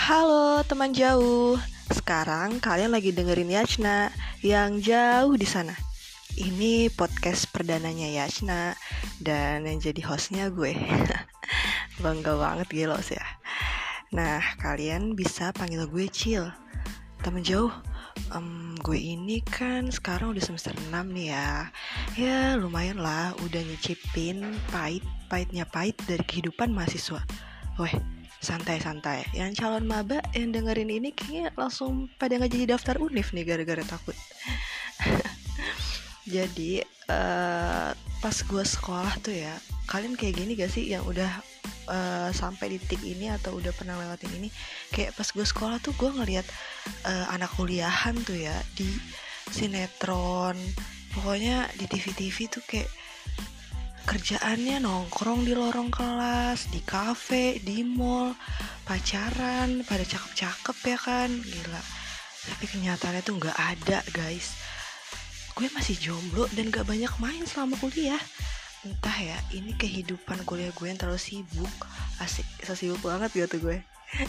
Halo teman jauh, sekarang kalian lagi dengerin Yachna yang jauh di sana. Ini podcast perdananya Yachna dan yang jadi hostnya gue. Bangga banget Gelos ya. Nah, kalian bisa panggil gue Cil. Teman jauh, gue ini kan sekarang udah semester 6 nih ya. Ya lumayan lah, udah nyicipin pahit-pahitnya pahit dari kehidupan mahasiswa. Weh, santai-santai. Yang calon maba yang dengerin ini kayaknya langsung pada nggak jadi daftar univ nih gara-gara takut. Jadi pas gue sekolah tuh ya, kalian kayak gini gak sih yang udah sampai di titik ini atau udah pernah lewatin ini? Kayak pas gue sekolah tuh gue ngeliat anak kuliahan tuh ya di sinetron, pokoknya di TV-TV tuh kayak kerjaannya nongkrong di lorong kelas, di kafe, di mall, pacaran, pada cakep-cakep ya kan, gila. Tapi kenyataannya tuh nggak ada guys. Gue masih jomblo dan gak banyak main selama kuliah. Entah ya, ini kehidupan kuliah gue yang terlalu sibuk. Asik, sesibuk banget gitu gue.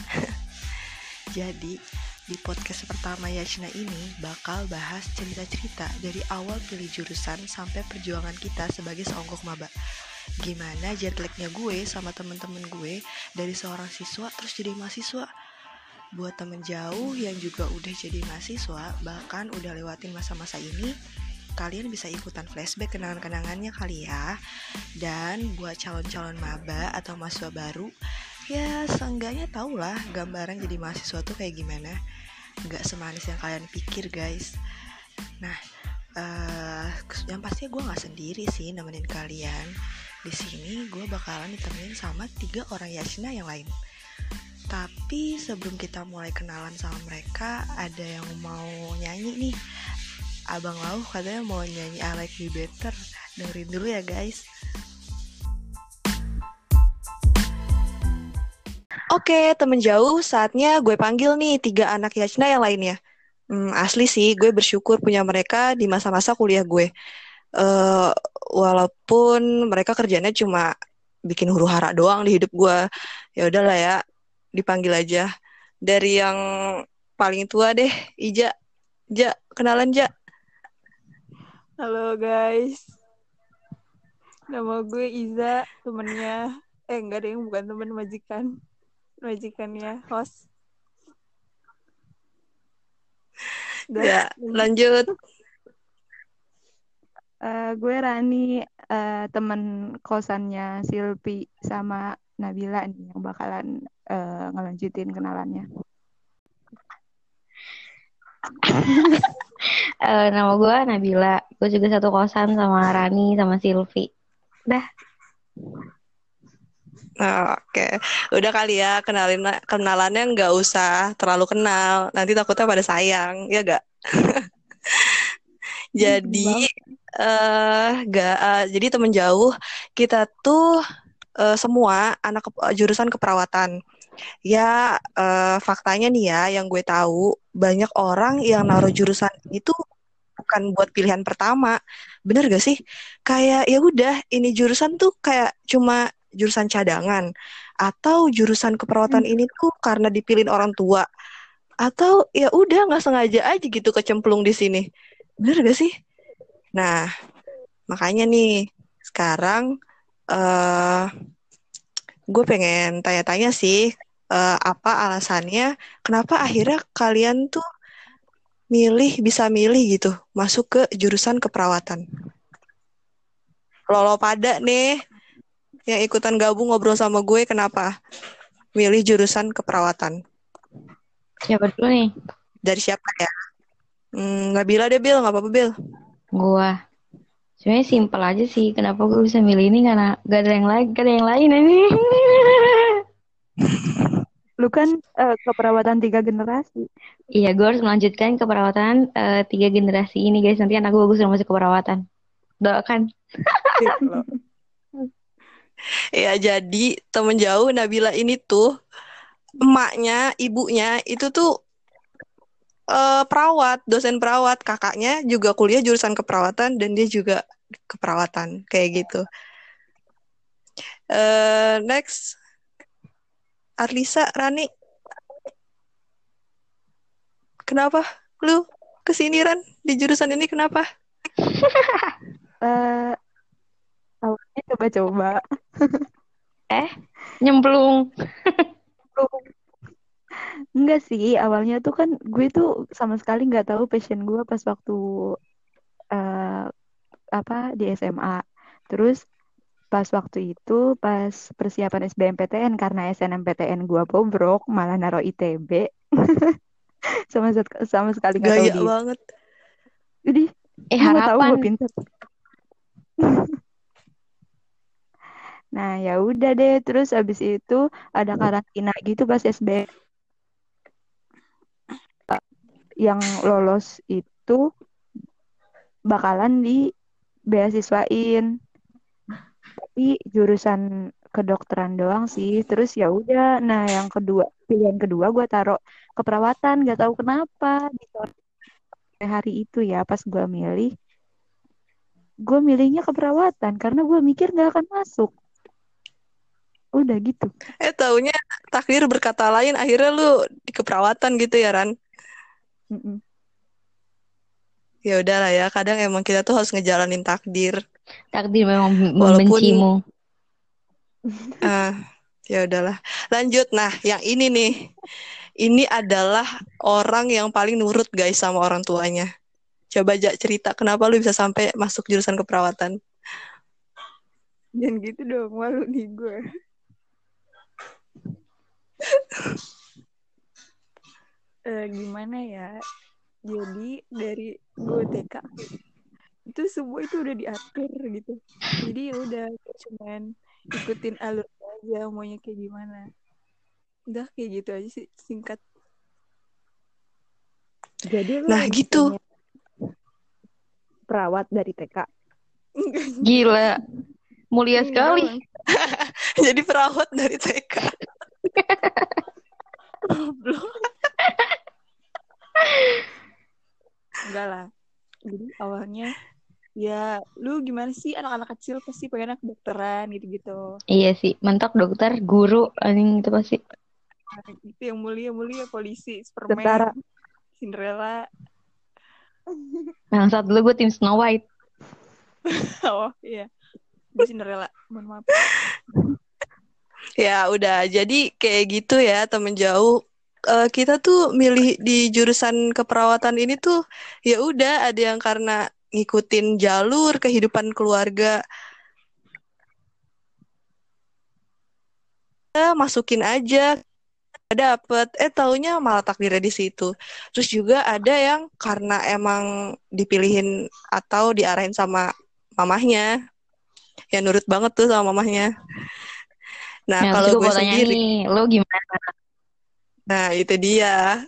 Jadi, di podcast pertama Yachna ini bakal bahas cerita-cerita dari awal pilih jurusan sampai perjuangan kita sebagai seonggok maba. Gimana jet lagnya gue sama temen-temen gue dari seorang siswa terus jadi mahasiswa. Buat temen jauh yang juga udah jadi mahasiswa, bahkan udah lewatin masa-masa ini, kalian bisa ikutan flashback kenangan-kenangannya kali ya. Dan buat calon-calon maba atau mahasiswa baru, ya seenggaknya tau lah gambaran jadi mahasiswa tuh kayak gimana. Gak semanis yang kalian pikir guys. Nah, yang pasti gue gak sendiri sih nemenin kalian. Di sini gue bakalan ditemenin sama 3 orang Yachna yang lain. Tapi sebelum kita mulai kenalan sama mereka, ada yang mau nyanyi nih. Abang Lau katanya mau nyanyi I Like You Better. Dengerin dulu ya guys. Oke, temen jauh, saatnya gue panggil nih 3 anak Yachna yang lainnya. Asli sih, gue bersyukur punya mereka di masa-masa kuliah gue. Eh, Walaupun mereka kerjanya cuma bikin huru hara doang di hidup gue. Ya udahlah ya, dipanggil aja. Dari yang paling tua deh, Ija. Ja, kenalan Ja. Halo guys, nama gue Iza, temennya, enggak deh, bukan temen majikannya host. Udah. Ya, lanjut. Gue Rani, temen kosannya Silpi sama Nabila nih yang bakalan ngelanjutin kenalannya. Nama gue Nabila. Gue juga satu kosan sama Rani sama Silvi. Dah. Oke, udah kali ya kenalannya nggak usah terlalu kenal. Nanti takutnya pada sayang, ya gak? Jadi, jadi temen jauh kita tuh semua anak jurusan keperawatan. Ya, faktanya nih ya, yang gue tahu banyak orang yang naruh jurusan itu bukan buat pilihan pertama. Bener gak sih? Kayak ya udah, ini jurusan tuh kayak cuma jurusan cadangan atau jurusan keperawatan ini tuh karena dipilihin orang tua atau ya udah nggak sengaja aja gitu kecemplung di sini. Bener gak sih? Nah, makanya nih sekarang eh gue pengen tanya-tanya sih apa alasannya kenapa akhirnya kalian tuh bisa milih gitu masuk ke jurusan keperawatan. Lo pada nih yang ikutan gabung ngobrol sama gue kenapa milih jurusan keperawatan? Siapa dulu nih? Dari siapa ya? Nabila deh Bil, nggak apa-apa Bil. Gue. Sebenarnya simpel aja sih. Kenapa gue bisa milih ini karena gak ada yang lain, ini. Lu kan keperawatan 3 generasi. Iya, gue harus melanjutkan keperawatan 3 generasi ini guys. Nanti anak gue bagus masuk keperawatan. Doakan. Ya jadi temen jauh Nabila ini tuh emaknya, ibunya itu tuh perawat, dosen perawat, kakaknya juga kuliah jurusan keperawatan dan dia juga keperawatan kayak gitu. Next, Arlisa, Rani. Kenapa lu kesini Ran di jurusan ini kenapa? Eh, awalnya coba-coba. Nyemplung. Enggak sih, awalnya tuh kan gue tuh sama sekali nggak tahu passion gue pas waktu eh, apa di SMA. Terus pas waktu itu pas persiapan SBMPTN karena SNMPTN gue bobrok malah naro ITB sama sekali nggak tahu Gaya di. banget. Jadi gue nggak tahu Harapan. gue pintar. Nah ya udah deh, terus abis itu ada karantina gitu pas SBM, yang lolos itu bakalan di beasiswain, tapi jurusan kedokteran doang sih. Terus ya udah, nah yang kedua, pilihan kedua gue taruh keperawatan, gak tahu kenapa di sore hari itu ya pas gue milihnya keperawatan karena gue mikir gak akan masuk. Udah gitu. Taunya takdir berkata lain, akhirnya lu di keperawatan gitu ya Ran. Mm-mm. Ya udahlah ya, kadang emang kita tuh harus ngejalanin takdir. Takdir memang Walaupun membencimu. ah ya udahlah. Lanjut. Nah, yang ini nih. Ini adalah orang yang paling nurut guys sama orang tuanya. Coba aja cerita kenapa lu bisa sampai masuk jurusan keperawatan. Jangan gitu dong, malu nih gue. Gimana ya? Jadi dari gue TK itu semua itu udah diatur gitu. Jadi ya udah cuman ikutin alur aja maunya kayak gimana. Udah kayak gitu aja sih singkat. Jadi lu Nah, gitu. rencananya perawat dari TK. Gila. Mulia Enggak, sekali. Bang. Jadi perawat dari TK. Enggak lah. Jadi awalnya ya lu gimana sih, anak-anak kecil pasti pengen kedokteran gitu-gitu. Iya sih, mentok dokter, guru, anjing itu pasti. Itu yang mulia-mulia, polisi, Superman, Cinderella. Yang saat dulu gue tim Snow White. Oh iya, gue Cinderella, mohon maaf. Ya udah, jadi kayak gitu ya temen jauh. Kita tuh milih di jurusan keperawatan ini tuh ya udah ada yang karena ngikutin jalur kehidupan keluarga, masukin aja dapet, taunya malah takdirnya di situ. Terus juga ada yang karena emang dipilihin atau diarahin sama mamahnya, ya nurut banget tuh sama mamahnya. Nah Nah, terus kalau gue gue mau tanya sendiri, nih, lo gimana? nah itu dia.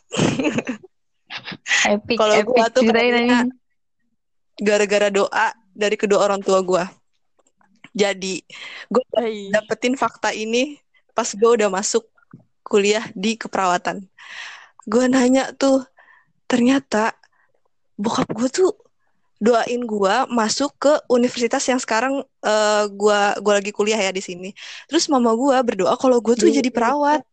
Epic, Kalau gue epic tuh ceritain kayaknya anjing. gara-gara doa dari kedua orang tua gue. Jadi gue dapetin fakta ini pas gue udah masuk kuliah di keperawatan. Gue nanya tuh, ternyata bokap gue tuh doain gue masuk ke universitas yang sekarang gue lagi kuliah ya di sini. Terus mama gue berdoa kalau gue tuh jadi perawat.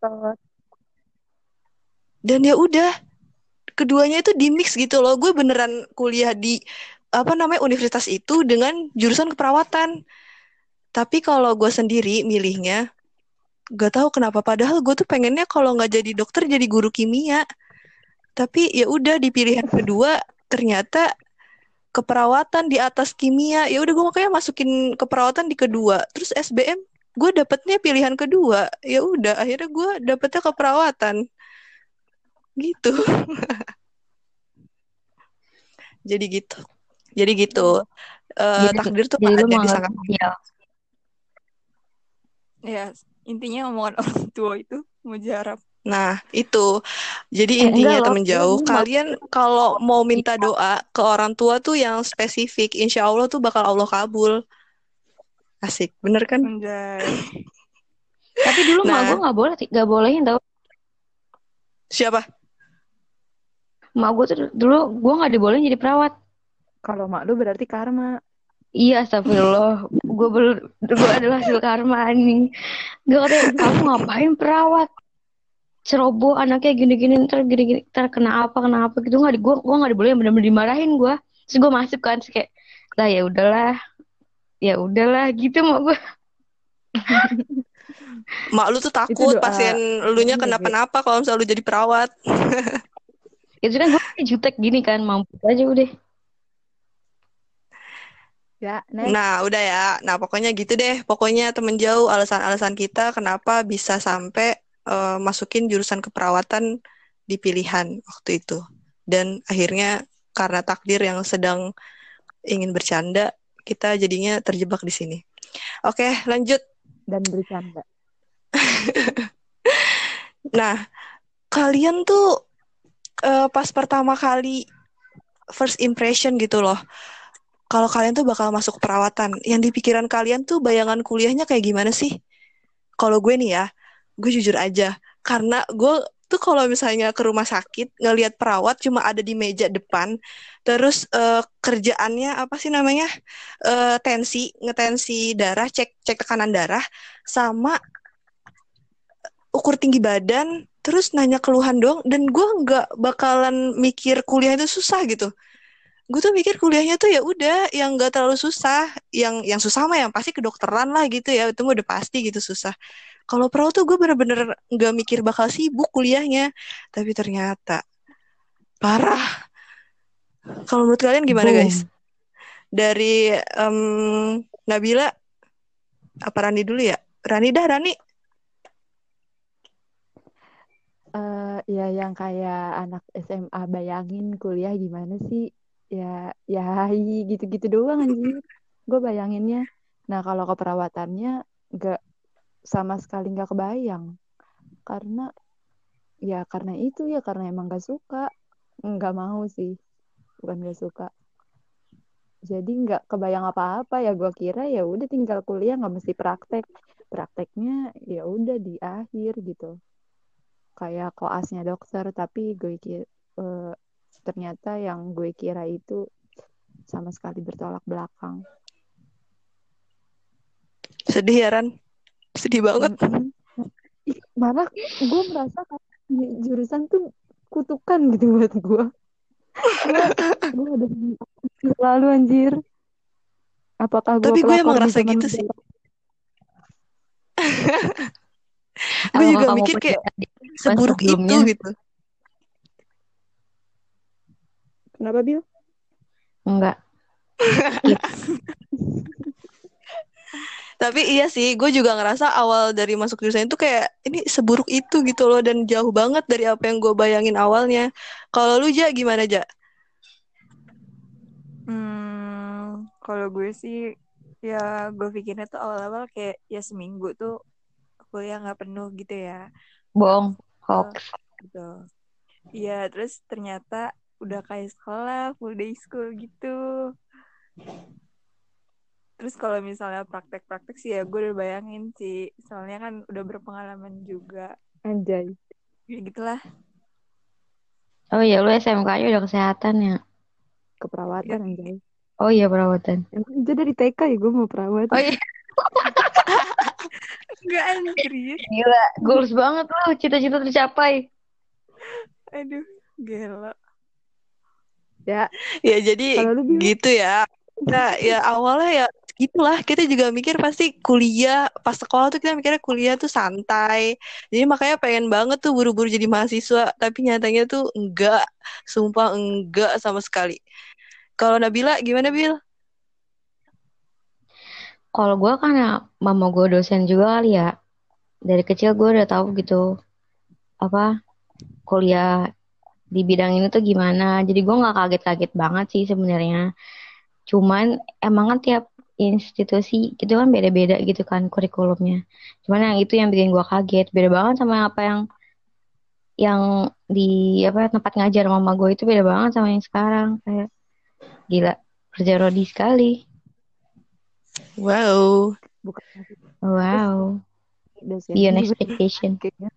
Dan ya udah, keduanya itu di mix gitu loh. Gue beneran kuliah di universitas itu dengan jurusan keperawatan. Tapi kalau gue sendiri milihnya, gak tahu kenapa. Padahal gue tuh pengennya kalau nggak jadi dokter jadi guru kimia. Tapi ya udah di pilihan kedua ternyata keperawatan di atas kimia. Ya udah gue makanya masukin keperawatan di kedua. Terus SBM gue dapetnya pilihan kedua. Ya udah akhirnya gue dapetnya keperawatan. Gitu. Jadi gitu. Jadi gitu. Takdir tuh Jadi gak lo ada mau di sangat. Ya, intinya omongan orang tua itu mujarab. Nah, itu. Jadi intinya temen jauh, kalian kalau mau minta doa ke orang tua tuh yang spesifik, insya Allah tuh bakal Allah kabul. Asik, bener kan? Tapi dulu mak gue nggak bolehin tau. Siapa? Mak gue tuh dulu gue nggak dibolehin jadi perawat. Kalau mak lu berarti karma. Iya, astagfirullah. Gue adalah hasil karma anjing. Gak katanya, kamu ngapain perawat? ceroboh anaknya gini-gini ntar gini-gini ntar kena apa gitu nggak di gue nggak dibolehin bener-bener dimarahin gue. Terus gue masuk kan terus kayak lah ya udahlah gitu mau gue. Mak lu tuh Itu takut doa pasien elunya ini ya, Ge. kenapa-napa kalau misalnya lu jadi perawat. Itu kan gue jutek gini kan mampu aja udah. Ya, next. Nah, udah ya. Nah, pokoknya gitu deh. Pokoknya temen jauh alasan-alasan kita kenapa bisa sampai masukin jurusan keperawatan di pilihan waktu itu. Dan akhirnya karena takdir yang sedang ingin bercanda, kita jadinya terjebak di sini. Oke, lanjut. Dan bercanda. Nah, kalian tuh pas pertama kali first impression gitu loh. Kalau kalian tuh bakal masuk perawatan, yang di pikiran kalian tuh bayangan kuliahnya kayak gimana sih? Kalau gue nih ya, gue jujur aja, karena gue tuh kalau misalnya ke rumah sakit ngelihat perawat cuma ada di meja depan, terus kerjaannya apa sih namanya, ngetensi darah, cek cek tekanan darah, sama ukur tinggi badan, terus nanya keluhan doang, dan gue nggak bakalan mikir kuliah itu susah gitu. Gue tuh mikir kuliahnya tuh ya udah yang nggak terlalu susah, yang susah mah yang pasti kedokteran lah gitu ya, itu mah udah pasti gitu susah. Kalau perawat tuh gue bener-bener nggak mikir bakal sibuk kuliahnya, tapi ternyata parah. Kalau menurut kalian gimana guys? Boom. Dari Nabila apa Rani dulu ya? Rani. Ya yang kayak anak SMA bayangin kuliah gimana sih? Ya gitu-gitu doang anjir. Gue bayanginnya. Nah, kalau keperawatannya nggak sama sekali nggak kebayang. Karena karena itu ya karena emang gak suka. Nggak mau sih. Bukan gak suka. Jadi nggak kebayang apa-apa ya gue kira ya udah tinggal kuliah nggak mesti praktek. Prakteknya ya udah di akhir gitu. Kayak koasnya dokter tapi ternyata yang gue kira itu sama sekali bertolak belakang. Sedih ya Ran? Sedih banget. Malah gue merasa kayak jurusan tuh kutukan gitu buat gue. Gue ada lalu anjir. Apakah gue Tapi gue pelakor emang di ngerasa zaman gitu sih. mendatang? Gue Apakah juga kamu mikir punya kayak adik seburuk itu sebelumnya? gitu. Kenapa Bil? Enggak. Skip. Tapi iya sih, gue juga ngerasa awal dari masuk jurusan itu kayak ini seburuk itu gitu loh, dan jauh banget dari apa yang gue bayangin awalnya. Kalau lu Ja gimana Ja? Kalau gue sih ya gue pikirnya tuh awal-awal kayak ya seminggu tuh kuliah nggak penuh gitu ya. Bohong. Tuh, Hoax. gitu. Iya, terus ternyata udah kayak sekolah full day school gitu. Terus kalau misalnya praktek-praktek sih ya gue udah bayangin sih, soalnya kan udah berpengalaman juga. Anjay. Ya gitulah. Oh iya lu SMK-nya udah kesehatan ya? Keperawatan Ya, anjay. Oh iya perawatan. Emang itu dari TK ya gue mau perawat. Oh iya enggak anjir. gila. Goals banget lu. Cita-cita tercapai. Aduh, gila. Ya, Ya jadi kalau lu Bil? gitu ya. Nah, ya awalnya ya gitulah, kita juga mikir pasti kuliah, pas sekolah tuh kita mikirnya kuliah tuh santai. Jadi makanya pengen banget tuh buru-buru jadi mahasiswa, tapi nyatanya tuh enggak, sumpah enggak sama sekali. Kalau Nabila gimana Bil? Kalau gue kan ya mama gue dosen juga kali ya. Dari kecil gue udah tahu gitu apa kuliah di bidang ini tuh gimana. Jadi gue nggak kaget-kaget banget sih sebenarnya. Cuman emang kan tiap institusi gitu kan beda-beda gitu kan kurikulumnya. Cuman yang itu yang bikin gue kaget. Beda banget sama apa yang di apa tempat ngajar mama gue itu beda banget sama yang sekarang. Kayak gila kerja Rodi sekali. Wow. Bukan Wow. dosen Beyond juga expectation. kayaknya.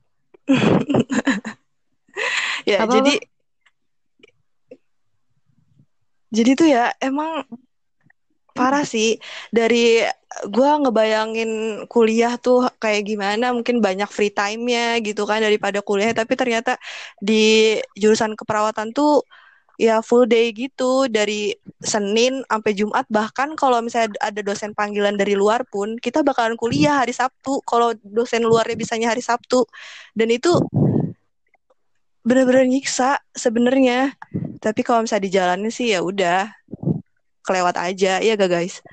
Ya, Apa-apa? jadi tuh ya emang Parah sih. Dari gua ngebayangin kuliah tuh kayak gimana, mungkin banyak free time-nya gitu kan daripada kuliah, tapi ternyata di jurusan keperawatan tuh ya full day gitu dari Senin sampai Jumat, bahkan kalau misalnya ada dosen panggilan dari luar pun kita bakalan kuliah hari Sabtu kalau dosen luarnya bisanya hari Sabtu. Dan itu bener-bener nyiksa sebenarnya. Tapi kalau misalnya dijalanin sih ya udah kelewat aja, ya gak guys?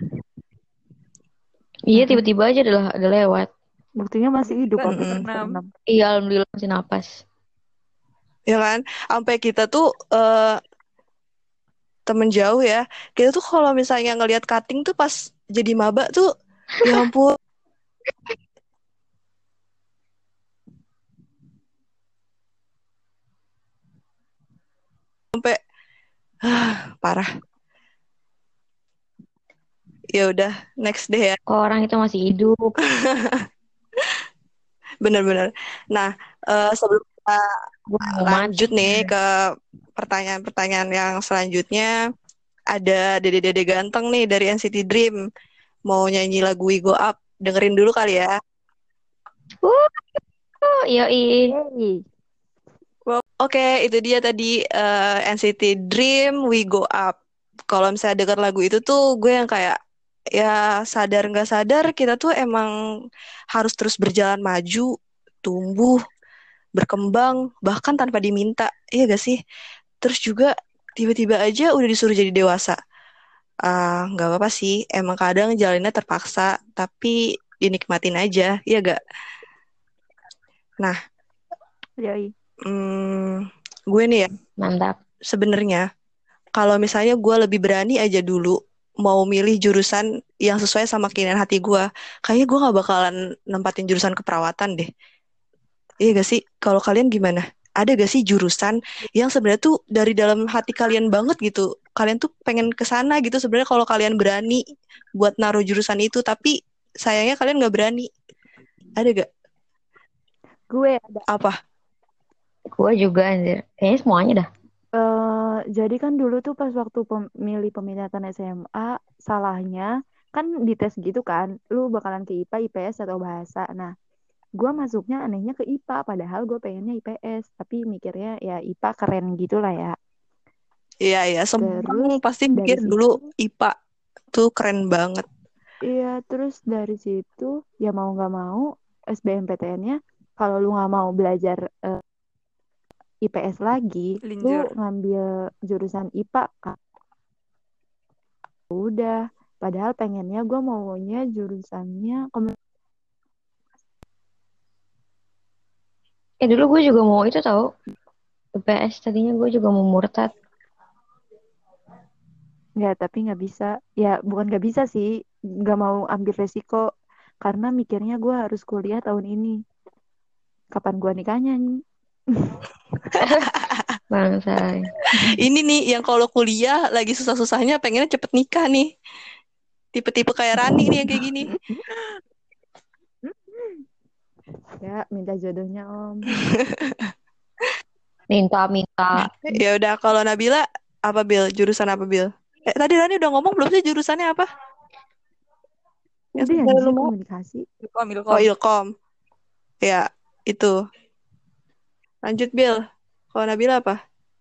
Iya, tiba-tiba aja udah lewat. Buktinya masih hidup Tiba-tiba waktu itu Mm-mm. berenam. Iya, alhamdulillah masih napas. Ya kan? Sampai kita tuh temen jauh ya. Kita tuh kalau misalnya ngelihat cutting tuh pas jadi maba tuh, ya ampun, sampai parah. Ya udah, next deh ya. Kok orang itu masih hidup? Bener-bener. Nah, sebelum kita Gue mau mati. lanjut nih ke pertanyaan-pertanyaan yang selanjutnya, ada dede-dede ganteng nih dari NCT Dream. Mau nyanyi lagu We Go Up. Dengerin dulu kali ya. Yoi. Yeay. Oke, itu dia tadi NCT Dream We Go Up. Kalau misalnya denger lagu itu tuh gue yang kayak ya sadar nggak sadar kita tuh emang harus terus berjalan maju, tumbuh, berkembang, bahkan tanpa diminta. Iya gak sih? Terus juga tiba-tiba aja udah disuruh jadi dewasa. Nggak apa-apa sih, emang kadang jalannya terpaksa, tapi dinikmatin aja, iya gak? Nah, Yoi. gue nih ya, Mantap. sebenarnya kalau misalnya gue lebih berani aja dulu mau milih jurusan yang sesuai sama keinginan hati gue, kayaknya gue nggak bakalan nempatin jurusan keperawatan deh. Iya gak sih? Kalau kalian gimana? Ada gak sih jurusan yang sebenarnya tuh dari dalam hati kalian banget gitu? Kalian tuh pengen ke sana gitu sebenarnya kalau kalian berani buat naruh jurusan itu, tapi sayangnya kalian nggak berani. Ada gak? Gue ada. Apa? Gue juga anjir. Kayaknya semuanya dah. Jadi kan dulu tuh pas waktu milih peminatan SMA, salahnya kan dites gitu kan, lu bakalan ke IPA, IPS atau bahasa. Nah, gue masuknya anehnya ke IPA, padahal gue pengennya IPS, tapi mikirnya ya IPA keren gitu lah ya. Iya, iya. Semua Terus orang pasti dari mikir dulu situ, IPA tuh keren banget. iya, terus dari situ ya mau nggak mau SBMPTN-nya, kalau lu nggak mau belajar IPS lagi, lu Linjur. ngambil jurusan IPA kan. Udah, padahal pengennya gue maunya jurusannya Dulu gue juga mau itu tahu. IPS tadinya gue juga mau murtad. nggak, tapi nggak bisa. Ya bukan nggak bisa sih, nggak mau ambil resiko karena mikirnya gue harus kuliah tahun ini. Kapan gue nikahnya nih? Bangsai. Ini nih yang kalau kuliah lagi susah-susahnya pengennya cepet nikah nih. Tipe-tipe kayak Rani nih yang kayak gini. Ya minta jodohnya om. Minta. Ya udah, kalau Nabila apa Bil? Jurusan apa Bil? Tadi Rani udah ngomong belum sih jurusannya apa? Yang Udah sebenarnya lu anjir, mau? komunikasi. Ilkom, Oh, Ilkom. Ilkom. Ya, itu. Lanjut Bil. Kalau Nabila apa?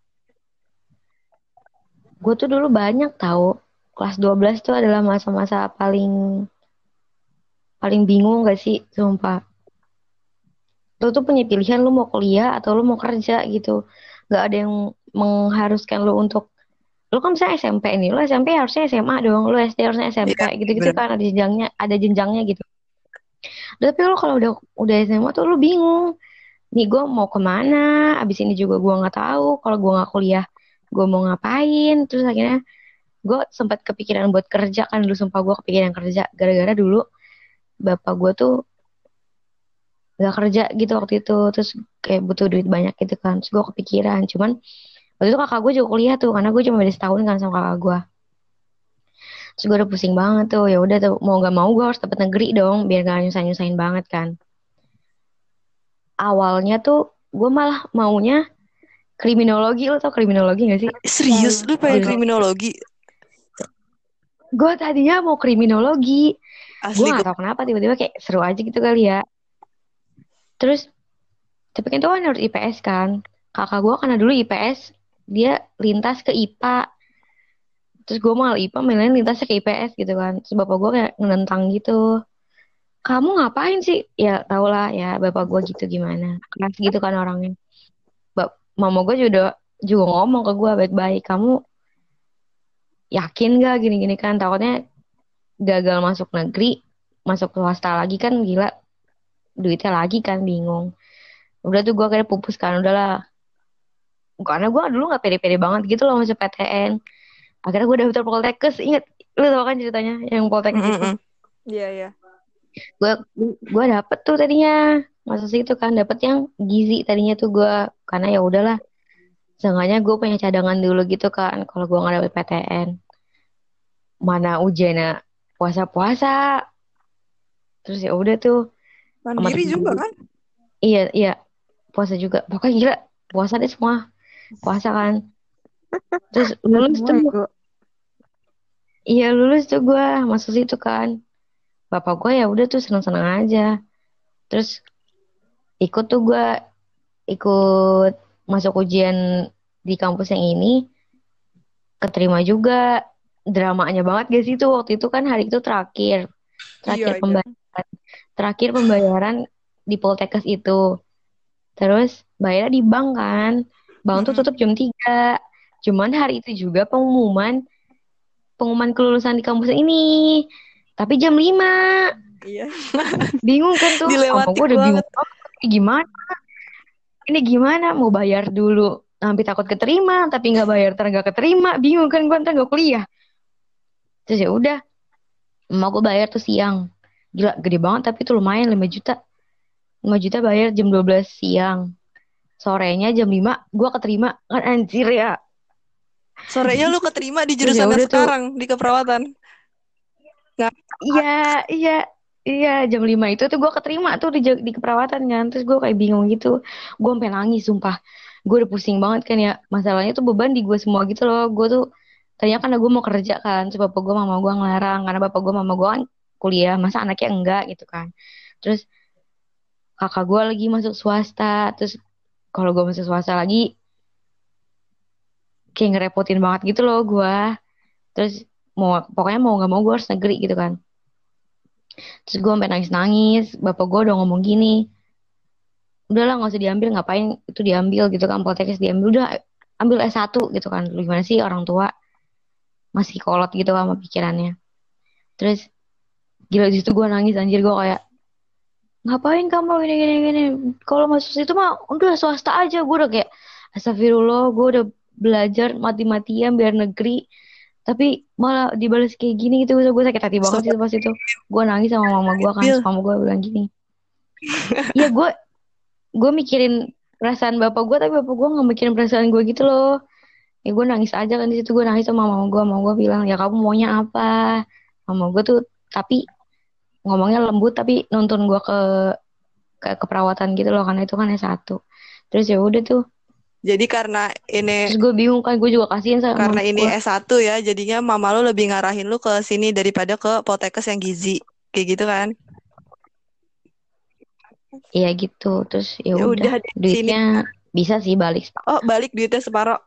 Gue tuh dulu banyak tahu. Kelas 12 tuh adalah masa-masa paling paling bingung gak sih, sumpah. Lu tuh punya pilihan lu mau kuliah atau lu mau kerja gitu. Gak ada yang mengharuskan lu untuk lu kan misalnya SMP nih, lu SMP harusnya SMA dong, lu SD harusnya SMP Iya, gitu-gitu bener. kan ada jenjangnya gitu. Tapi lu kalau udah SMA tuh lu bingung. Nih gue mau kemana? Abis ini juga gue nggak tahu. Kalau gue nggak kuliah, gue mau ngapain? Terus akhirnya gue sempat kepikiran buat kerja kan dulu, sumpah gue kepikiran kerja gara-gara dulu bapak gue tuh nggak kerja gitu waktu itu, terus kayak butuh duit banyak gitu kan, terus gue kepikiran. Cuman waktu itu kakak gue juga kuliah tuh, karena gue cuma beda setahun kan sama kakak gue. Terus gue udah pusing banget tuh, ya udah tuh mau gak mau gue harus dapet negeri dong biar gak nyusahin banget kan. Awalnya tuh gue malah maunya kriminologi. Lo tau kriminologi gak sih? Serius, lu pengen Jurusan kriminologi? Gue tadinya mau kriminologi. Gue Asli nggak gue. tahu kenapa tiba-tiba kayak seru aja gitu kali ya. Terus tapi kan itu kan harus IPS kan. Kakak gue karena dulu IPS, dia lintas ke IPA. Terus gue malah IPA, mainnya lintasnya ke IPS gitu kan. Terus bapak gue kayak nentang gitu. Kamu ngapain sih? Ya tau lah ya bapak gue gitu gimana. Keras gitu kan orangnya. Mama gue juga ngomong ke gue baik-baik. Kamu yakin gak gini-gini kan? Takutnya gagal masuk negeri, masuk swasta lagi kan gila. Duitnya lagi kan bingung. Udah tuh gue kayak pupus kan. Udahlah. Karena gue dulu gak pede-pede banget gitu loh masuk PTN. Akhirnya gue daftar Poltekkes. Ingat, lu tau kan ceritanya yang Poltekkes itu. Iya, iya. Gue dapet tuh tadinya masuk situ kan, dapet yang gizi tadinya tuh gue, karena ya udahlah, seenggaknya gue punya cadangan dulu gitu kan kalau gue nggak dapet PTN. Mana ujiannya puasa-puasa, terus ya udah tuh sama Mandiri temen juga gue. kan? Iya iya, puasa juga pokoknya gila, puasa deh semua, puasa kan. Terus lulus Semua tuh, ego. iya lulus tuh gue masuk situ kan. Bapak gue ya udah tuh seneng-seneng aja. Terus ikut tuh gue, ikut masuk ujian di kampus yang ini, keterima juga. Dramanya banget gak sih tuh waktu itu kan hari itu terakhir Iya, terakhir iya. pembayaran terakhir pembayaran di Poltekkes itu. Terus bayarnya di bank kan, bank tuh tutup jam 3. Cuman hari itu juga pengumuman pengumuman kelulusan di kampus ini, tapi jam 5. Iya. Bingung kan tuh, sama Dilematik gue udah banget. bingung banget. Ini gimana mau bayar dulu tapi takut keterima, tapi nggak bayar ntar nggak keterima, bingung kan gue ntar nggak kuliah. Terus ya udah, emak gue bayar tuh siang, gila gede banget tapi itu lumayan 5 juta. 5 juta bayar jam 12 siang, sorenya jam 5 gue keterima kan, anjir ya. Sorenya lu keterima di Terus ya jurusan yang udah tuh, sekarang di keperawatan. Nggak. iya iya iya, jam 5 itu tuh gue keterima tuh di keperawatan kan. Terus gue kayak bingung gitu, gue sampai nangis sumpah. Gue udah pusing banget kan ya, masalahnya tuh beban di gue semua gitu loh. Gue tuh tadinya kan gue mau kerja kan, terus bapak gue mama gue ngelarang karena bapak gue mama gue kan kuliah, masa anaknya enggak gitu kan. Terus kakak gue lagi masuk swasta, terus kalau gue masuk swasta lagi kayak ngerepotin banget gitu loh gue. Terus pokoknya mau nggak mau gue harus negeri gitu kan. Terus gue sampai nangis-nangis, bapak gue udah ngomong gini, udahlah nggak usah diambil, ngapain itu diambil gitu kan, Poltekkes diambil, udah ambil S1 gitu kan. Lu gimana sih, orang tua masih kolot gitu sama pikirannya. Terus gila di situ gue nangis anjir, gue kayak ngapain kamu gini gini gini, kalau masuk situ mah udah swasta aja. Gue udah kayak astagfirullah, gue udah belajar mati-matian biar negeri, tapi malah dibalas kayak gini gitu. Gue sakit hati banget sih pas itu. Gue nangis sama mama gue kan, Bil, mama gue bilang gini, iya gue mikirin perasaan bapak gue, tapi bapak gue nggak mikirin perasaan gue gitu loh. Ya gue nangis aja kan di situ, gue nangis sama mama gue bilang ya kamu maunya apa. Mama gue tuh tapi ngomongnya lembut, tapi nuntun gue ke keperawatan gitu loh, karena itu kan S1. Terus ya udah tuh, jadi karena ini terus gue bingung kan, gue juga kasihan sama karena mama ini gue. S1 ya, jadinya mama lu lebih ngarahin lu ke sini daripada ke Poltekkes yang gizi. Kayak gitu kan. Iya gitu. Terus ya Ya udah, udah deh sini. duitnya bisa sih balik. Oh, balik duitnya separoh.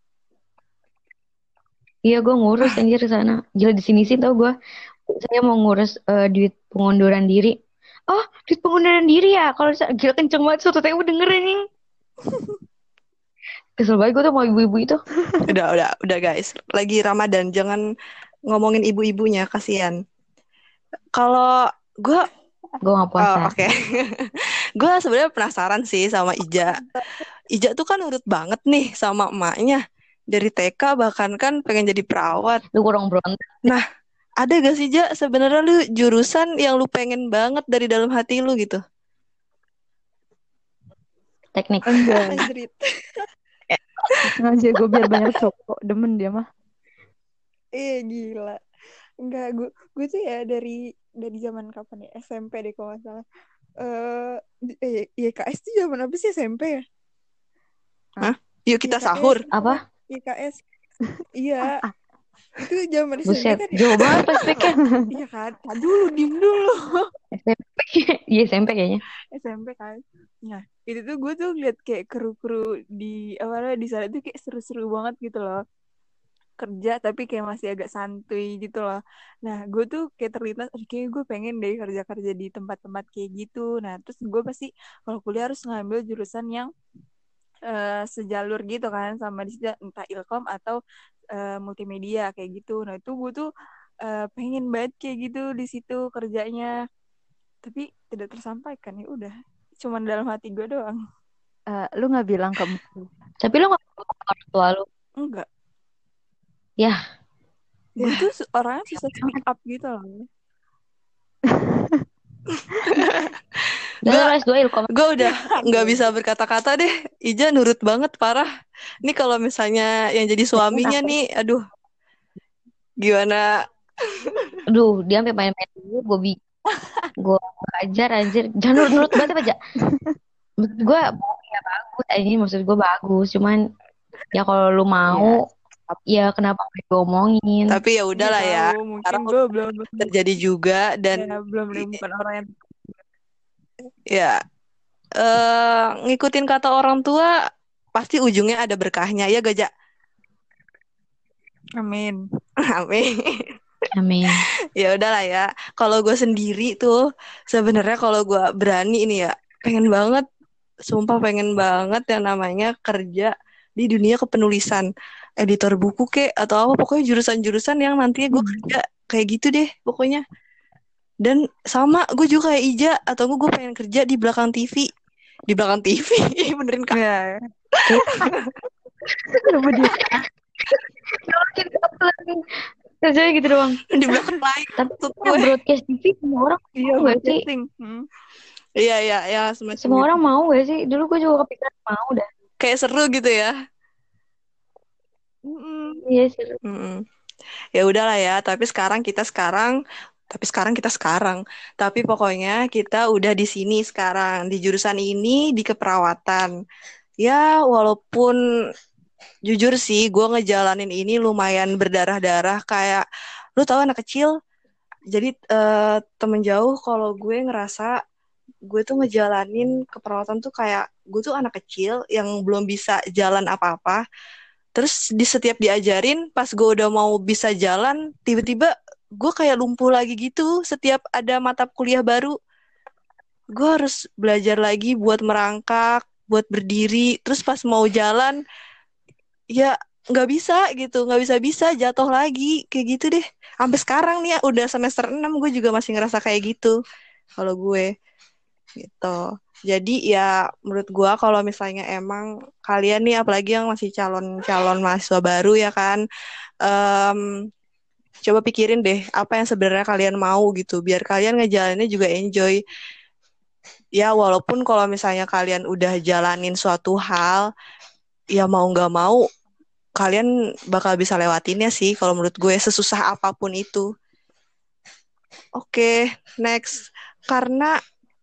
Iya gue ngurus anjir ke sana. Gila di sini sih tau gue. Saya mau ngurus duit pengunduran diri. Oh, duit pengunduran diri ya. Kalau gila kenceng banget suatu TU dengerin nih. Kesel banget gue tuh mau ibu-ibu itu. Udah guys. Lagi Ramadan, jangan ngomongin ibu-ibunya, kasihan. Kalau gue, Gue gak puasa. oke. Gue sebenarnya penasaran sih sama Ija. Ija tuh kan urut banget nih sama emaknya. Dari TK bahkan kan pengen jadi perawat. Lu kurang berontak. Nah, ada gak sih Ja sebenarnya lu jurusan yang lu pengen banget dari dalam hati lu gitu? Teknik. Enggak. Anjrit. Sengaja gue biar banyak cowok. Demen dia mah. Gila. Enggak, gue tuh ya dari zaman kapan ya? SMP deh kalau nggak salah. YKS tuh zaman apa sih, SMP ya? Hah? Yuk kita YKS, sahur. Apa? YKS. Iya. Itu zaman SMP Buset, kan ya? jauh banget flashbacknya. Iya kan? Kan dulu, diem dulu. SMP. Iya SMP kayaknya. SMP kan. Nah, itu tuh gue tuh liat kayak kru-kru di apa namanya, di sana tuh kayak seru-seru banget gitu loh. Kerja tapi kayak masih agak santuy gitu loh. Nah, gue tuh kayak terlintas, "Aduh, kayak gue pengen deh kerja-kerja di tempat-tempat kayak gitu." Nah, terus gue pasti kalau kuliah harus ngambil jurusan yang sejalur gitu kan sama di situ, entah ilkom atau multimedia kayak gitu. Nah, itu gue tuh pengen banget kayak gitu di situ kerjanya, tapi tidak tersampaikan. Ya udah, cuman dalam hati gue doang. Lu nggak bilang ke Tapi lo gak ngomong ke orang tua lo. Enggak, Ya, gue Ya, tuh orangnya susah speak up gitu loh. udah gue lo S2 ilkom. gue udah nggak Aduh. bisa berkata-kata deh. Ija nurut banget parah. Ini kalau misalnya yang jadi Pengen suaminya apa? nih, aduh, gimana? Aduh, dia sampai main-main dulu. Gue ajar anjir. Jangan nurut-nurut banget apa aja. Maksud gue ya bagus. Ini maksud gue bagus. Cuman ya kalau lu mau, ya ya kenapa gak diomongin? Tapi ya Nggak udahlah ya. tahu, mungkin Sekarang gue udah belum terjadi juga dan ya belum menemukan orang yang ya ngikutin kata orang tua pasti ujungnya ada berkahnya ya gajah. amin. Amin. Amin. Ya udahlah ya. Kalau gue sendiri tuh sebenarnya kalau gue berani ini ya pengen banget, sumpah pengen banget yang namanya kerja di dunia kepenulisan, editor buku kek atau apa pokoknya jurusan-jurusan yang nantinya gue kerja kayak gitu deh pokoknya. Dan sama gue juga kayak Ija atau gue pengen kerja di belakang TV, di belakang TV benerin kak, Ya, kenapa dia Kerjanya gitu doang. di belakang layar Tapi maksud ya gue. broadcast TV semua orang iya, mau gak sih? broadcasting. Iya iya ya semacam Semua gitu. orang mau gak sih? Dulu gue juga kepikiran mau dah. Kayak seru gitu ya. Mm-mm. Iya sih. Mm-mm. Ya udahlah ya. Tapi sekarang. Tapi pokoknya kita udah di sini sekarang di jurusan ini di keperawatan. Ya walaupun jujur sih gue ngejalanin ini lumayan berdarah-darah kayak lu tahu anak kecil. Jadi temen jauh kalau gue ngerasa gue tuh ngejalanin keperawatan tuh kayak gue tuh anak kecil yang belum bisa jalan apa-apa. Terus di setiap diajarin, pas gue udah mau bisa jalan, tiba-tiba gue kayak lumpuh lagi gitu. Setiap ada mata kuliah baru, gue harus belajar lagi buat merangkak, buat berdiri. Terus pas mau jalan, ya nggak bisa gitu, nggak bisa-bisa jatuh lagi. Kayak gitu deh. Sampai sekarang nih ya, udah semester 6 gue juga masih ngerasa kayak gitu. Kalau gue gitu. Jadi ya menurut gua kalau misalnya emang kalian nih apalagi yang masih calon-calon mahasiswa baru ya kan, em, coba pikirin deh apa yang sebenarnya kalian mau gitu, biar kalian ngejalaninnya juga enjoy. Ya walaupun kalau misalnya kalian udah jalanin suatu hal, ya mau nggak mau kalian bakal bisa lewatinnya sih kalau menurut gue sesusah apapun itu. Oke, next. Karena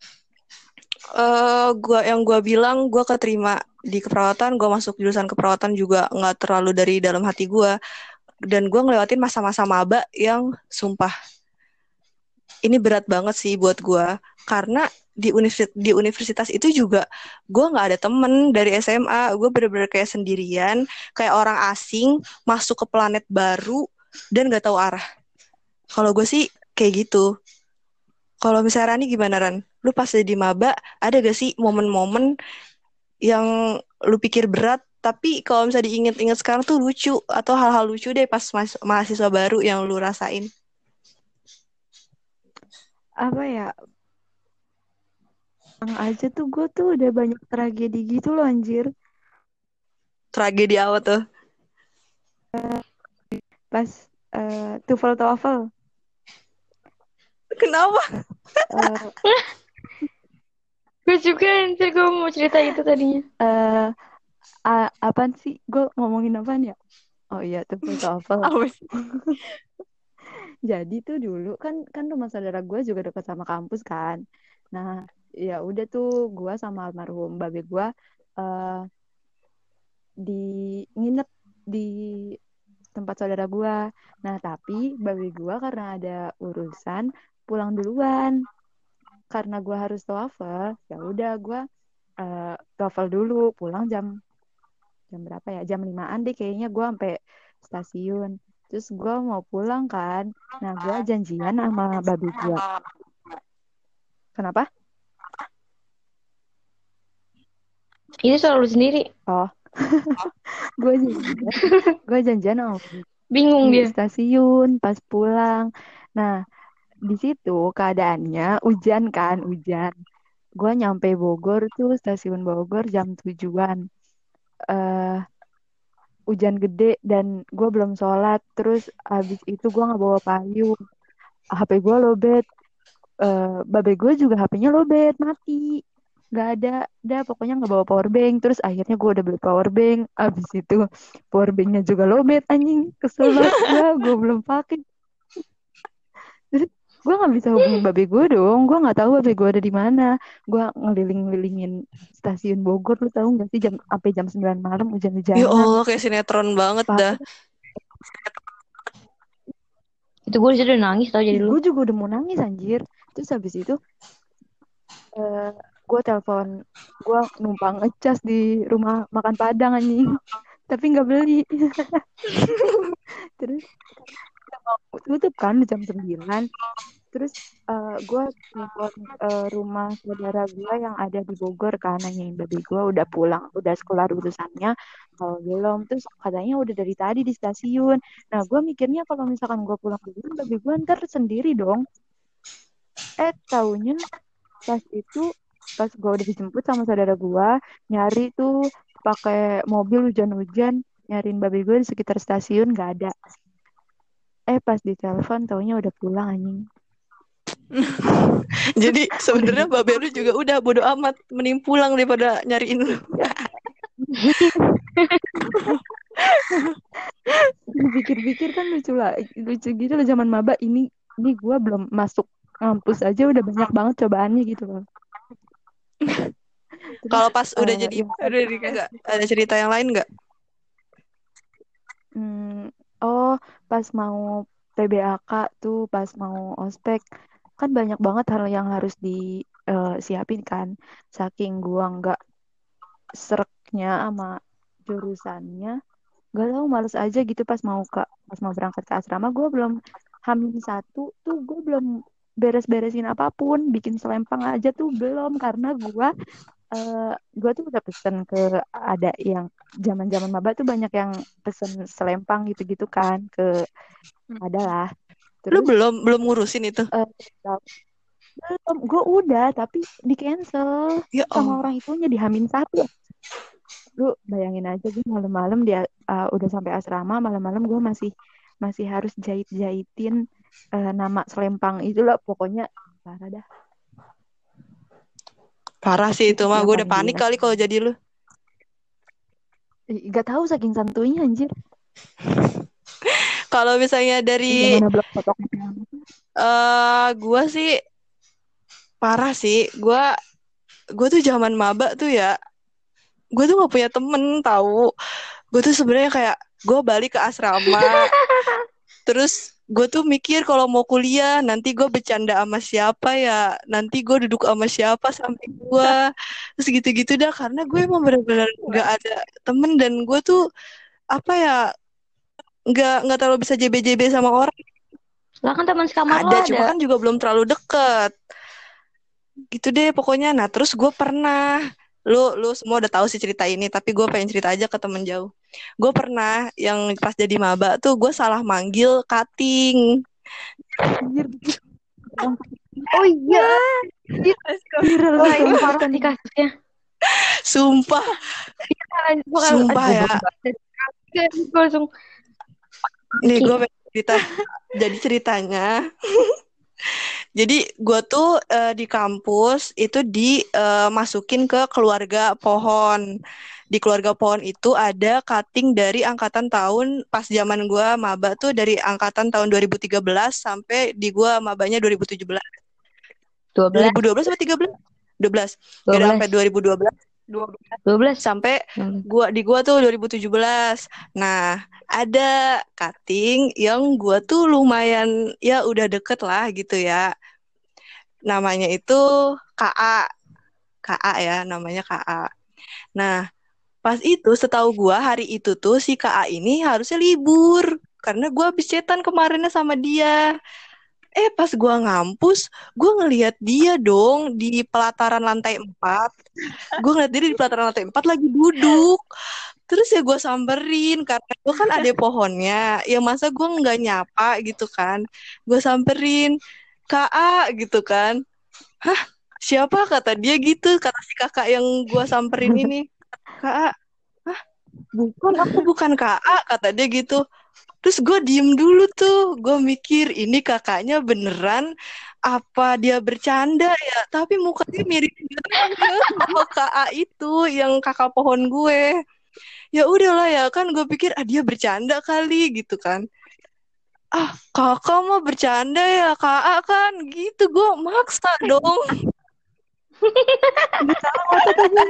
gua bilang gua keterima di keperawatan, gua masuk jurusan keperawatan juga nggak terlalu dari dalam hati gua, dan gua ngelewatin masa-masa maba yang sumpah ini berat banget sih buat gua karena di universitas itu juga gua nggak ada temen dari SMA, gua bener-bener kayak sendirian, kayak orang asing masuk ke planet baru dan nggak tahu arah. Kalau gue sih kayak gitu. Kalau misalnya Rani gimana Ran? Lu pas jadi maba ada gak sih momen-momen yang lu pikir berat, tapi kalau misalnya diinget-inget sekarang tuh lucu atau hal-hal lucu deh pas mahasiswa baru yang lu rasain. apa ya? Yang aja tuh gue tuh udah banyak tragedi gitu loh anjir. Tragedi apa tuh? Pas TOEFL TOEFL Kenapa? eh Gue juga anjir gue mau cerita itu tadinya. eh, apaan sih? Gue ngomongin apaan ya? Oh iya, TOEFL TOEFL. Apa sih? Jadi tuh dulu kan kan rumah saudara gue juga dekat sama kampus kan. Nah, ya udah tuh gue sama almarhum babe gue eh di nginep di tempat saudara gue. Nah tapi babe gue karena ada urusan pulang duluan. Karena gue harus TOEFL, ya udah gue TOEFL dulu, pulang jam berapa ya? Jam 5-an deh kayaknya gue sampai stasiun. Terus gue mau pulang kan. Nah gue janjian sama babe gue. Kenapa? Itu selalu sendiri. Oh, gue janjian sama Bingung di dia. stasiun pas pulang. Nah di situ keadaannya hujan kan, hujan. Gue nyampe Bogor tuh, stasiun Bogor jam 7-an. eh Hujan gede dan gue belum sholat. Terus habis itu gue nggak bawa payung. HP gue lowbat. Babe gue juga HP-nya lowbat, mati. Nggak ada, pokoknya nggak bawa power bank. Terus akhirnya gue udah beli power bank. Habis itu power banknya juga lowbat, anjing. Kesel banget gue belum pakai. Terus gue nggak bisa hubungin babe gue dong. Gue nggak tahu babe gue ada di mana. Gue ngeliling-ngelingin stasiun Bogor. Lu tahu nggak sih sampai jam 9 malam Ya hujan-hujanan. Allah, kayak sinetron banget dah. Itu gue disitu udah nangis tau jadi lu. Gue juga udah mau nangis anjir. Terus habis itu gue telepon, gue numpang ngecas di rumah makan Padang anjing. Tapi nggak beli. Terus mau tutup kan jam 9. Terus gue telepon rumah saudara gue yang ada di Bogor kan, nanyain babe gue udah pulang, udah sekolah urusannya, kalau belum. Terus katanya udah dari tadi di stasiun. Nah gue mikirnya kalau misalkan gue pulang dulu, babe gue ntar sendiri dong. Taunya pas gue udah dijemput sama saudara gue, nyari tuh pakai mobil hujan-hujan, nyariin babe gue di sekitar stasiun nggak ada. Pas ditelepon taunya udah pulang anjing. Jadi sebenarnya babe lu juga udah bodo amat, mending pulang daripada nyariin lu. Dipikir-pikir kan lucu gitu loh zaman maba. Ini gue belum masuk kampus aja udah banyak banget cobaannya gitu loh. Kalau pas udah jadi Udah dikasih. ada cerita yang lain nggak? Pas mau PBAK tuh, pas mau ospek kan banyak banget hal yang harus disiapin kan. Saking gua nggak sereknya sama jurusannya, gak tau males aja gitu pas mau berangkat ke asrama. Gue belum H-1 tuh, gue belum beres-beresin apapun, bikin selempang aja tuh belum, karena gue tuh udah pesen ke, ada yang zaman maba tuh banyak yang pesen selempang gitu-gitu kan ke, adalah. Lu Terus belum ngurusin itu? belum, gue udah tapi di cancel Ya sama Allah. orang itunya di H-1. Lu bayangin aja, gue malam-malam dia udah sampai asrama, malam-malam gue masih harus jahit-jahitin nama selempang itu loh, pokoknya parah dah. Parah sih itu mah, gue udah Yang panik kali kalau jadi lu. Gak tahu saking santuinya anjir. Kalau misalnya dari Gimana blog foto? gue sih parah sih. Gue tuh zaman maba tuh ya, gue tuh gak punya temen tahu. Gue tuh sebenarnya kayak gue balik ke asrama, terus gue tuh mikir kalau mau kuliah nanti gue bercanda sama siapa ya, nanti gue duduk sama siapa samping gue, terus gitu-gitu dah, karena gue emang benar-benar nggak ada temen, dan gue tuh apa ya, nggak terlalu bisa JB sama orang. Lah kan teman sekamar lo Ada, ada. cuma kan juga belum terlalu deket gitu deh pokoknya. Nah terus gue pernah, lu semua udah tahu sih cerita ini, tapi gue pengen cerita aja ke temen jauh. Gue pernah yang pas jadi maba tuh gue salah manggil cutting. Anjir. Oh iya. Viral Wah, tuh ini kasus parah kan. nih kasusnya. Sumpah ya. Gue langsung Nih gue pengen cerita. Jadi ceritanya jadi gue tuh di kampus itu dimasukin ke keluarga pohon. Di keluarga pohon itu ada cutting dari angkatan tahun pas zaman gue maba tuh, dari angkatan tahun 2013 sampai di gue mabanya 2017. 12. 2012 apa 13? 12. Beda sampai 2012. 12. sampai gua tuh 2017. Nah, ada cutting yang gua tuh lumayan ya udah deket lah gitu ya. Namanya itu KA. KA ya, namanya KA. Nah, pas itu setahu gua hari itu tuh si KA ini harusnya libur karena gua habis chatan kemarinnya sama dia. Pas gua ngampus, gua ngelihat dia dong di pelataran lantai 4. Gue ngeliat dia di pelataran lantai 4 lagi duduk. Terus ya gue samperin karena gue kan ada pohonnya. Ya masa gue nggak nyapa gitu kan. Gue samperin, Kak A gitu kan. Hah, siapa kata dia gitu, kata si kakak yang gue samperin ini. Kak A, hah, aku bukan Kak A, kata dia gitu. Terus gue diem dulu tuh, gue mikir ini kakaknya beneran apa dia bercanda ya? Tapi mukanya mirip banget sama Kak A itu yang kakak pohon gue. Ya udahlah ya kan gue pikir dia bercanda kali gitu kan. Kakak mah bercanda ya Kak A kan gitu, gue maksa dong. Udah salah otot aja.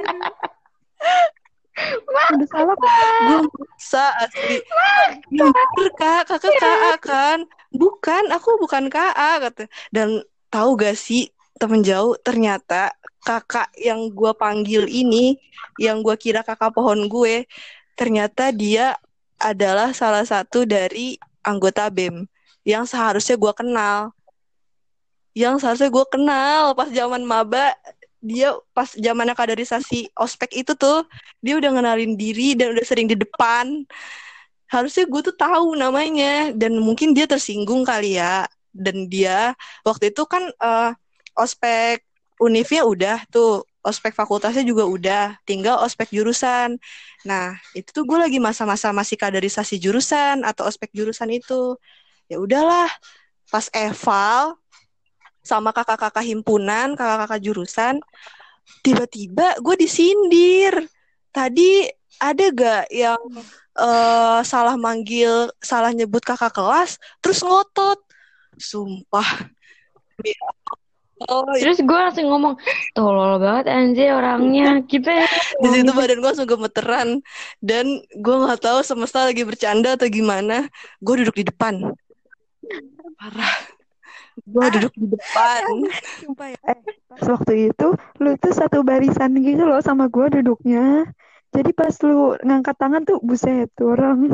Udah salah kok. Gue maksa asli. Ya bener kakak KA kan. Bukan, aku bukan KA kata. Dan tahu gak sih temen jauh ternyata kakak yang gue panggil ini, yang gue kira kakak pohon gue, ternyata dia adalah salah satu dari anggota BEM yang seharusnya gue kenal. Yang seharusnya gue kenal pas zaman maba. Dia pas zamannya kaderisasi ospek itu tuh, dia udah ngenalin diri dan udah sering di depan. Harusnya gue tuh tahu namanya dan mungkin dia tersinggung kali ya. Dan dia waktu itu kan ospek univnya udah tuh, ospek fakultasnya juga udah, tinggal ospek jurusan. Nah itu tuh gue lagi masa-masa masih kaderisasi jurusan atau ospek jurusan itu. Ya udahlah, pas eval sama kakak-kakak himpunan, kakak-kakak jurusan, tiba-tiba gue disindir. Tadi ada gak yang salah manggil, salah nyebut kakak kelas, terus ngotot. Sumpah. Oh, Terus gue langsung ngomong, tolol banget anjir orangnya. Kita di situ badan gue langsung gemeteran dan gue nggak tahu semesta lagi bercanda atau gimana. Gue duduk di depan. Parah. Gue duduk di depan. Sumpah ya. Pas waktu itu lu tuh satu barisan gitu loh sama gue duduknya. Jadi pas lu ngangkat tangan tuh buset tuh orang.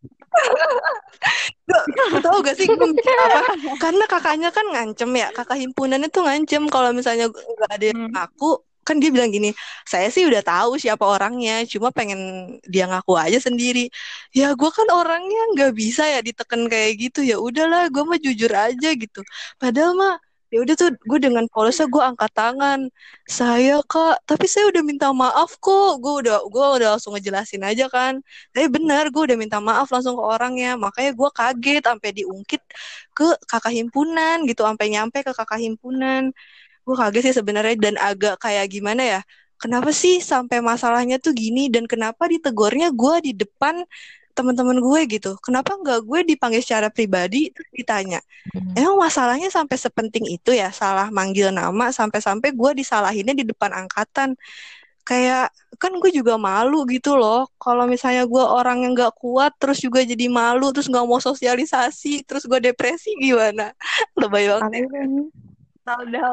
Lu tahu gak sih gue mikir apa? Karena kakaknya kan ngancem ya, kakak himpunannya tuh ngancem kalau misalnya nggak ada yang ngaku, kan dia bilang gini, saya sih udah tahu siapa orangnya, cuma pengen dia ngaku aja sendiri. Ya gue kan orangnya nggak bisa ya diteken kayak gitu, ya udahlah gue mah jujur aja gitu. Padahal mah ya udah tuh gue dengan polosnya gue angkat tangan, saya kak, tapi saya udah minta maaf kok, gue udah langsung ngejelasin aja kan. Tapi benar, gue udah minta maaf langsung ke orangnya. Makanya gue kaget sampai diungkit ke kakak himpunan gitu, sampai nyampe ke kakak himpunan. Gue kaget sih sebenarnya dan agak kayak gimana ya? Kenapa sih sampai masalahnya tuh gini dan kenapa ditegurnya gue di depan teman-teman gue gitu? Kenapa nggak gue dipanggil secara pribadi terus ditanya? Emang masalahnya sampai sepenting itu ya, salah manggil nama sampai-sampai gue disalahinnya di depan angkatan. Kayak kan gue juga malu gitu loh kalau misalnya gue orang yang nggak kuat terus juga jadi malu terus nggak mau sosialisasi terus gue depresi gimana. Lebay banget. Down.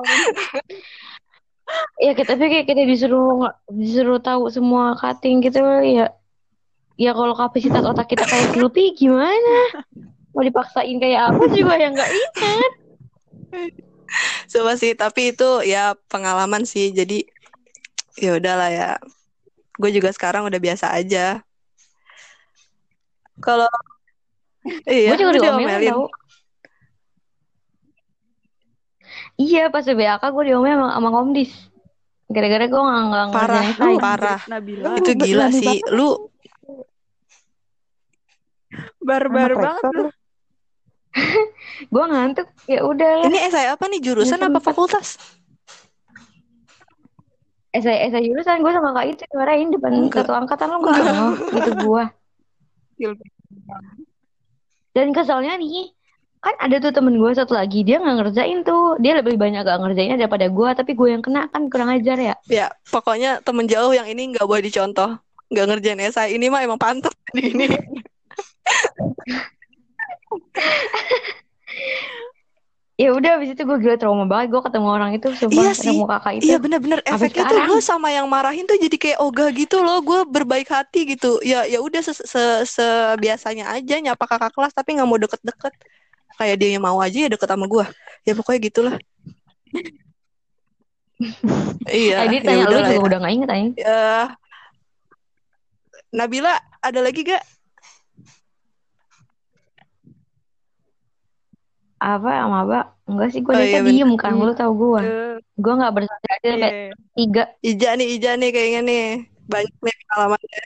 ya tapi kayak kita disuruh tahu semua cutting gitu ya. Ya kalau kapasitas otak kita kayak Snoopy gimana? Mau dipaksain kayak apa juga yang nggak ingat. Coba sih, tapi itu ya pengalaman sih. Jadi ya udahlah ya. Gue juga sekarang udah biasa aja. Kalau Gue juga lu diomelin tau. Iya pas BAK gue diomelin sama Komdis. Gara-gara gue nggak ngerjain esai. Parah. Nabila. Itu gila sih. Lu barbar banget lu. Gue ngantuk ya udah. Ini esai apa nih, jurusan apa fakultas? Esai jurusan. Gue sama Kak itu dimarahin depan satu angkatan lo nggak gitu gue. Dan keselnya nih Kan ada tuh temen gue satu lagi, dia nggak ngerjain tuh. Dia lebih banyak gak ngerjainnya daripada gue, tapi gue yang kena kan kurang ajar ya. Ya, pokoknya temen jauh yang ini nggak boleh dicontoh. Nggak ngerjain esai. Ini mah emang pantas di ini. Ya udah, abis itu gue gila trauma banget. Gue ketemu orang itu, sumpah Iya sih. ketemu kakak itu. Iya bener-bener Sampai efeknya tuh sekarang. gue sama yang marahin tuh jadi kayak ogah gitu loh. Gue berbaik hati gitu. Ya ya udah sebiasanya aja nyapa kakak kelas tapi nggak mau deket-deket. Kayak dia yang mau aja ya deket sama gue. Ya pokoknya gitulah. Iya, Dia ya tanya udah lu lah juga ya. udah gak inget aja. Nabila, ada lagi gak? Apa sama Mbak? Enggak sih, gue Oh dari iya tadi bener. diem kan, lu tau gue. Eh, Gue gak bersaudara iya, sampai iya. 3. Ija nih kayaknya nih. Banyak nih pengalamannya.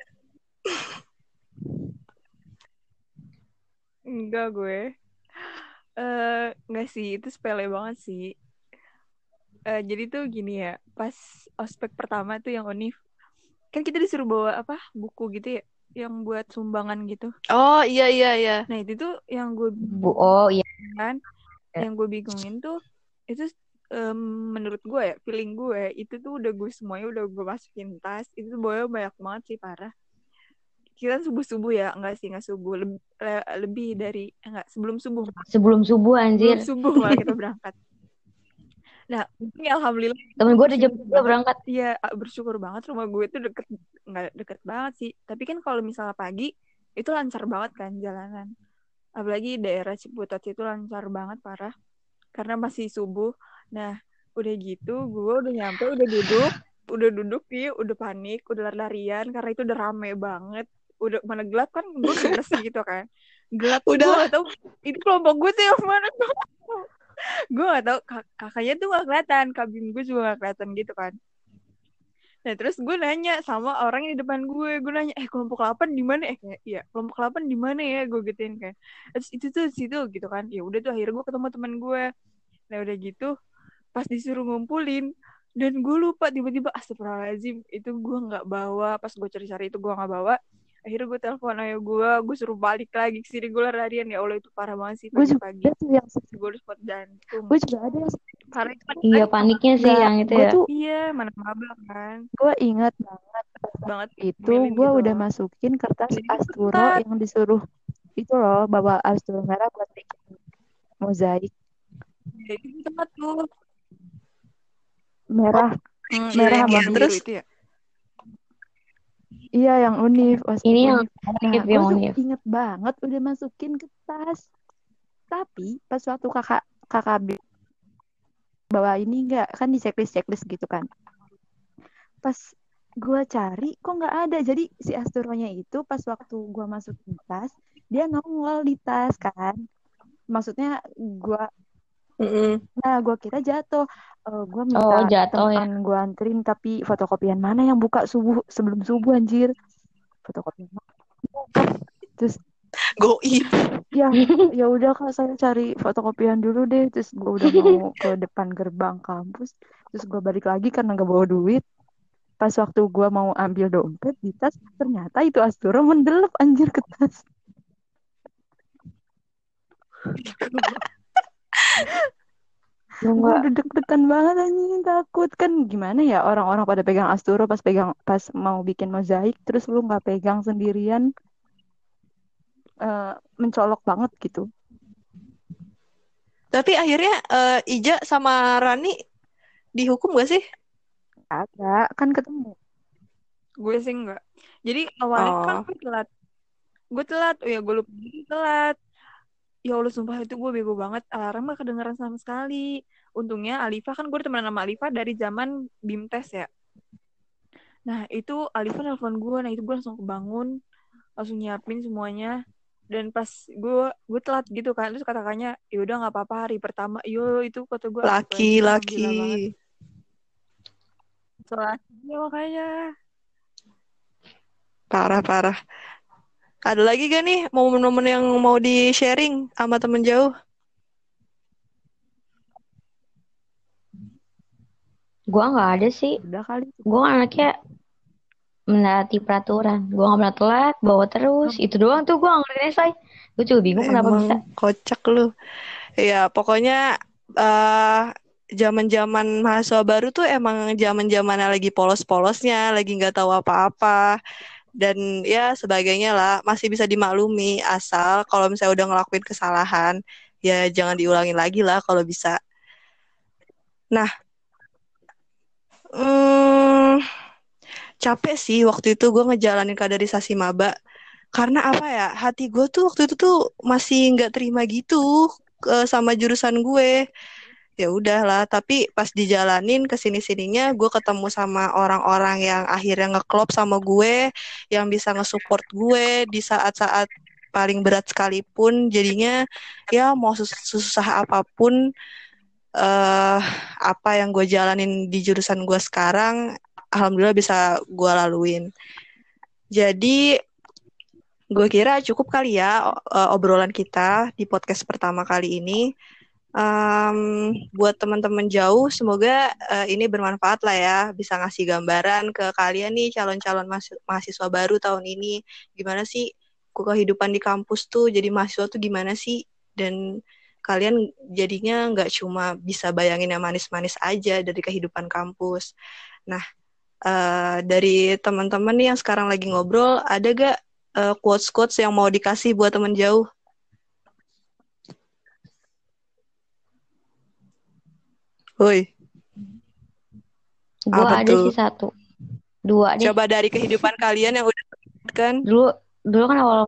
Enggak gue. Enggak sih, itu sepele banget sih. Jadi tuh gini ya, pas ospek pertama tuh yang Unif, kan kita disuruh bawa apa buku gitu ya, yang buat sumbangan gitu. Oh iya iya iya. Nah itu tuh yang gue Oh iya. kan, yang gue bingungin tuh itu em, menurut gue ya, feeling gue itu tuh udah gue semuanya udah gue masukin tas, itu tuh bawa banyak banget sih parah. Kita subuh-subuh ya, enggak sih enggak subuh, lebih dari enggak sebelum subuh, Sebelum subuh sebelum anjir. subuh malah kita berangkat. Nah, ini alhamdulillah Temen gue udah jam bersyukur 3 banget. berangkat. Iya, bersyukur banget rumah gue tuh deket, nggak deket banget sih. Tapi kan kalau misalnya pagi itu lancar banget kan jalanan. Apalagi daerah Ciputat itu lancar banget parah karena masih subuh. Nah, udah gitu gue udah nyampe, udah duduk nih, udah panik, udah lari-larian karena itu udah rame banget. Udah mana gelap kan, gue gemes gitu kan. Gelap tuh gue Udah. gak tahu ini kelompok gue tuh yang mana. Gue gak tahu kakaknya tuh gak kelihatan, kabin gue juga gak kelihatan gitu kan. Nah terus gue nanya sama orang yang di depan gue nanya kelompok 8 di mana, kayak iya kelompok 8 di mana ya, gue gituin kan. Terus itu tuh situ gitu kan. Ya udah tuh akhirnya gue ketemu teman gue. Nah udah gitu pas disuruh ngumpulin dan gue lupa tiba-tiba, astagfirullahaladzim, itu gue nggak bawa, pas gue cari-cari itu gue nggak bawa. Akhirnya gue telepon ayah gue suruh balik lagi ke sini, gue larian. Ya Allah itu parah banget sih Gue juga pagi-pagi, ada tuh yang gue udah spot jantung. gue juga ada yang Karena itu kan Iya paniknya sih enggak, yang itu gue ya. tuh iya mana maba kan gue ingat banget banget itu milin gue gitu udah loh. masukin kertas Jadi asturo ketat. yang disuruh itu loh, bawa asturo merah buat bikin mozaik Jadi ketat tuh. merah Iya merah yang sama iya. biru. Terus itu ya. Iya yang Unif, ospek Ini yang Unif. Nah Unif, gue yang tuh Unif. inget banget udah masukin ke tas, tapi pas waktu kakak bawa ini enggak kan di checklist gitu kan, pas gue cari kok nggak ada. Jadi si asturonya itu pas waktu gue masukin tas dia nongol di tas kan, maksudnya gue nah gue kira jatuh. Gue minta Oh jatuh ya. teman gue anterin, tapi fotokopian mana yang buka sebelum subuh anjir, fotokopian mana? Terus goib. ya ya udah kak saya cari fotokopian dulu deh. Terus gue udah mau ke depan gerbang kampus, terus gue balik lagi karena gak bawa duit. Pas waktu gue mau ambil dompet di tas, ternyata itu Asturo mendelep anjir ke tas. Gue udah deg-degan banget anjing, takut kan gimana ya orang-orang pada pegang Asturo pas mau bikin mozaik, terus lu nggak pegang sendirian, mencolok banget gitu. Tapi akhirnya Ija sama Rani dihukum gak sih? Ada kan ketemu. Gue sih enggak. Jadi awalnya kan Oh. gue telat, oh ya gue lupa, gue telat. Ya Allah sumpah itu gue bego banget, alarm gak kedengeran sama sekali. Untungnya Alifa, kan gue temenan sama Alifa dari zaman BIMTes ya. Nah itu Alifa nelfon gue, nah itu gue langsung kebangun, langsung nyiapin semuanya. Dan pas gue telat gitu kan, terus kata-katanya ya udah nggak apa-apa hari pertama. Yo itu kata gue astagfirullahaladzim, Laki-laki. gila banget. Soalnya makanya Parah. Ada lagi gak nih momen-momen yang mau di-sharing sama temen jauh? Gua nggak ada sih. Udah kali. Gua anaknya menaati peraturan. Gue nggak pernah telat, bawa terus. Itu doang tuh gue nggak ngerti say. Gue juga bingung kenapa bisa. Emang kocak lu. Ya, pokoknya eh zaman-zaman mahasiswa baru tuh emang zaman-zamannya lagi polos-polosnya, lagi nggak tahu apa-apa. Dan ya sebagainya lah, masih bisa dimaklumi asal kalau misalnya udah ngelakuin kesalahan, ya jangan diulangin lagi lah kalau bisa. Nah, hmm, capek sih waktu itu gue ngejalanin kaderisasi maba. Karena apa ya, hati gue tuh waktu itu tuh masih nggak terima gitu sama jurusan gue. Ya udahlah, tapi pas dijalanin kesini sininya gue ketemu sama orang-orang yang akhirnya ngeklop sama gue, yang bisa ngesupport gue di saat-saat paling berat sekalipun. Jadinya ya mau susah apapun apa yang gue jalanin di jurusan gue sekarang, alhamdulillah bisa gue laluin. Jadi gue kira cukup kali ya obrolan kita di podcast pertama kali ini. Buat teman-teman jauh, semoga ini bermanfaat lah ya, bisa ngasih gambaran ke kalian nih calon-calon mahasiswa baru tahun ini, gimana sih kehidupan di kampus tuh, jadi mahasiswa tuh gimana sih, dan kalian jadinya nggak cuma bisa bayangin yang manis-manis aja dari kehidupan kampus. Nah, dari teman-teman nih yang sekarang lagi ngobrol, ada gak quotes-quotes yang mau dikasih buat teman jauh? Woi. Gue ada tuh? sih satu. Dua deh. Coba dari kehidupan kalian yang udah kan. Dulu kan awal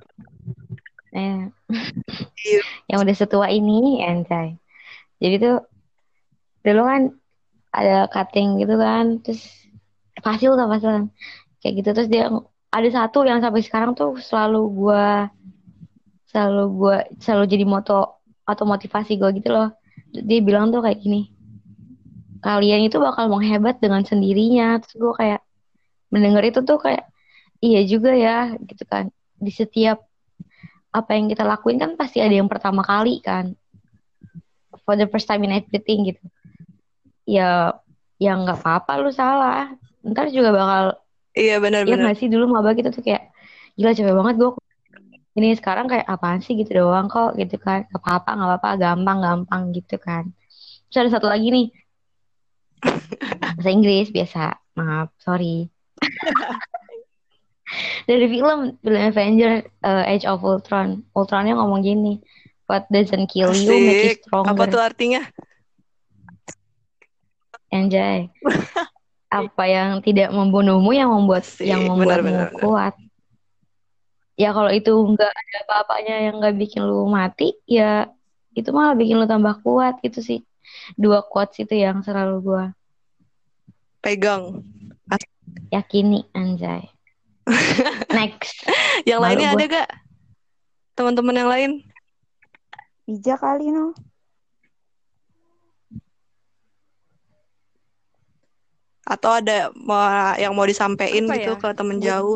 yang udah setua ini anjay. Jadi tuh dulu kan ada cutting gitu kan, terus fasil kan. Kayak gitu terus dia ada satu yang sampai sekarang tuh selalu jadi moto atau motivasi gue gitu loh. Dia bilang tuh kayak gini, kalian itu bakal menghebat dengan sendirinya. Terus gue kayak mendengar itu tuh kayak iya juga ya gitu kan. Di setiap apa yang kita lakuin kan pasti ada yang pertama kali kan, for the first time in everything gitu. Ya nggak apa-apa lu salah, ntar juga bakal. Iya benar-benar. Ya nggak sih, dulu maba gitu tuh kayak gila capek banget gue ini, sekarang kayak apaan sih gitu doang kok gitu kan, nggak apa-apa gampang gitu kan. Terus ada satu lagi nih, bahasa Inggris biasa, maaf sorry. Dari film Avenger, Age of Ultronnya ngomong gini, what doesn't kill you make you stronger. Apa tuh artinya? Anjay. Apa yang tidak membunuhmu yang membuatmu kuat. Ya kalau itu nggak ada apa-apanya yang nggak bikin lu mati, ya itu malah bikin lu tambah kuat gitu sih. Dua quotes itu yang selalu gua pegang, yakini anjay. Next. Yang lainnya ada gak? Teman-teman yang lain? Bijak kali no. Atau ada yang mau disampaikan gitu ke temen jauh?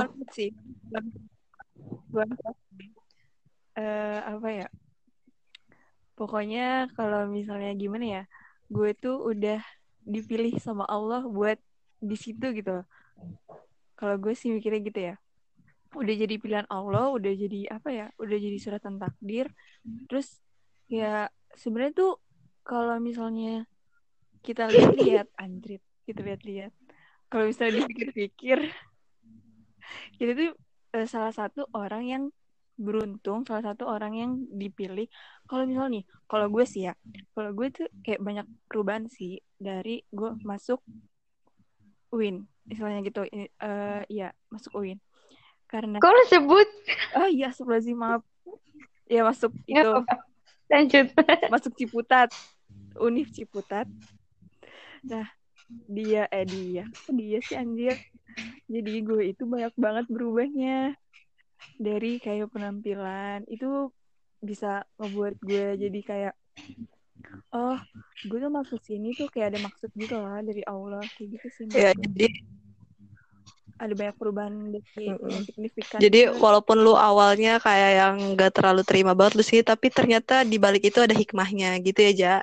Apa ya? Pokoknya kalau misalnya gimana ya, gue tuh udah dipilih sama Allah buat di situ gitu. Kalau gue sih mikirnya gitu ya. Udah jadi pilihan Allah, udah jadi apa ya? Udah jadi suratan takdir. Terus ya sebenarnya tuh kalau misalnya kita lihat Andrit, kita lihat. Kalau misalnya dipikir-pikir, kita tuh salah satu orang yang beruntung, salah satu orang yang dipilih. Kalau misalnya nih, kalau gue sih ya, kalau gue tuh kayak banyak perubahan sih dari gue masuk UIN, istilahnya gitu. Iya, masuk UIN. Karena kok lu sebut? Oh iya, sebelum maaf. Ya masuk itu. Lanjut. Masuk Ciputat. Univ Ciputat. Nah, dia sih anjir. Jadi gue itu banyak banget berubahnya. Dari kayak penampilan itu bisa ngebuat gue jadi kayak oh, gue tuh masuk sini tuh kayak ada maksud gitu lah dari Allah, kayak gitu sih. Ya, jadi ada banyak perubahan yang signifikan. Jadi walaupun lu awalnya kayak yang gak terlalu terima banget lu sih, tapi ternyata di balik itu ada hikmahnya gitu ya, Ja.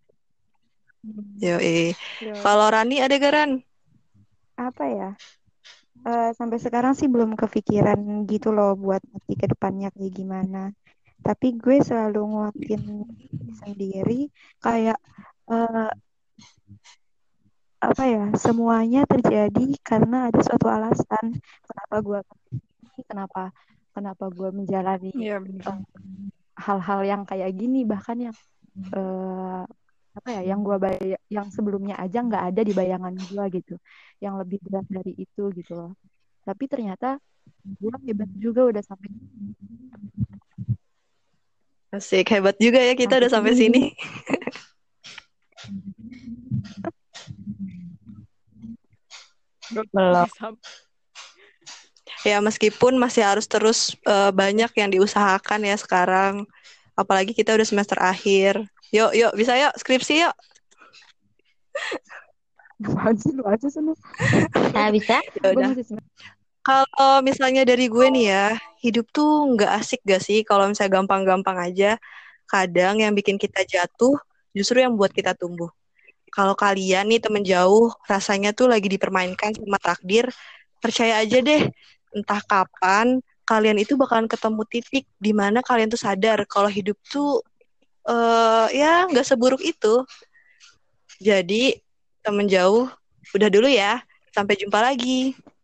Yoi. Kalau Rani ada gak, Ran? Apa ya? sampai sekarang sih belum kepikiran gitu loh buat nanti ke depannya kayak gimana. Tapi gue selalu nguatin diri sendiri kayak eh, apa ya, semuanya terjadi karena ada suatu alasan kenapa gue kesini, kenapa kenapa gue menjalani Iya bener. eh, hal-hal yang kayak gini, bahkan yang eh, apa ya, yang yang sebelumnya aja nggak ada di bayangan gue gitu, yang lebih berat dari itu gitu loh. Tapi ternyata gue hebat juga udah Asik, hebat juga ya kita sampai udah sampai sini. sini. Belum. Ya meskipun masih harus terus banyak yang diusahakan ya sekarang. Apalagi kita udah semester akhir. Yuk, yuk, bisa yuk, skripsi yuk. Apaan sih lu aja sana? Bisa? Ya Gue udah. masih semester. Kalau misalnya dari gue nih ya, hidup tuh nggak asik gak sih kalau misalnya gampang-gampang aja. Kadang yang bikin kita jatuh justru yang buat kita tumbuh. Kalau kalian nih temen jauh, rasanya tuh lagi dipermainkan sama takdir, percaya aja deh, entah kapan kalian itu bakalan ketemu titik di mana kalian tuh sadar kalau hidup tuh ya nggak seburuk itu. Jadi temen jauh, udah dulu ya. Sampai jumpa lagi.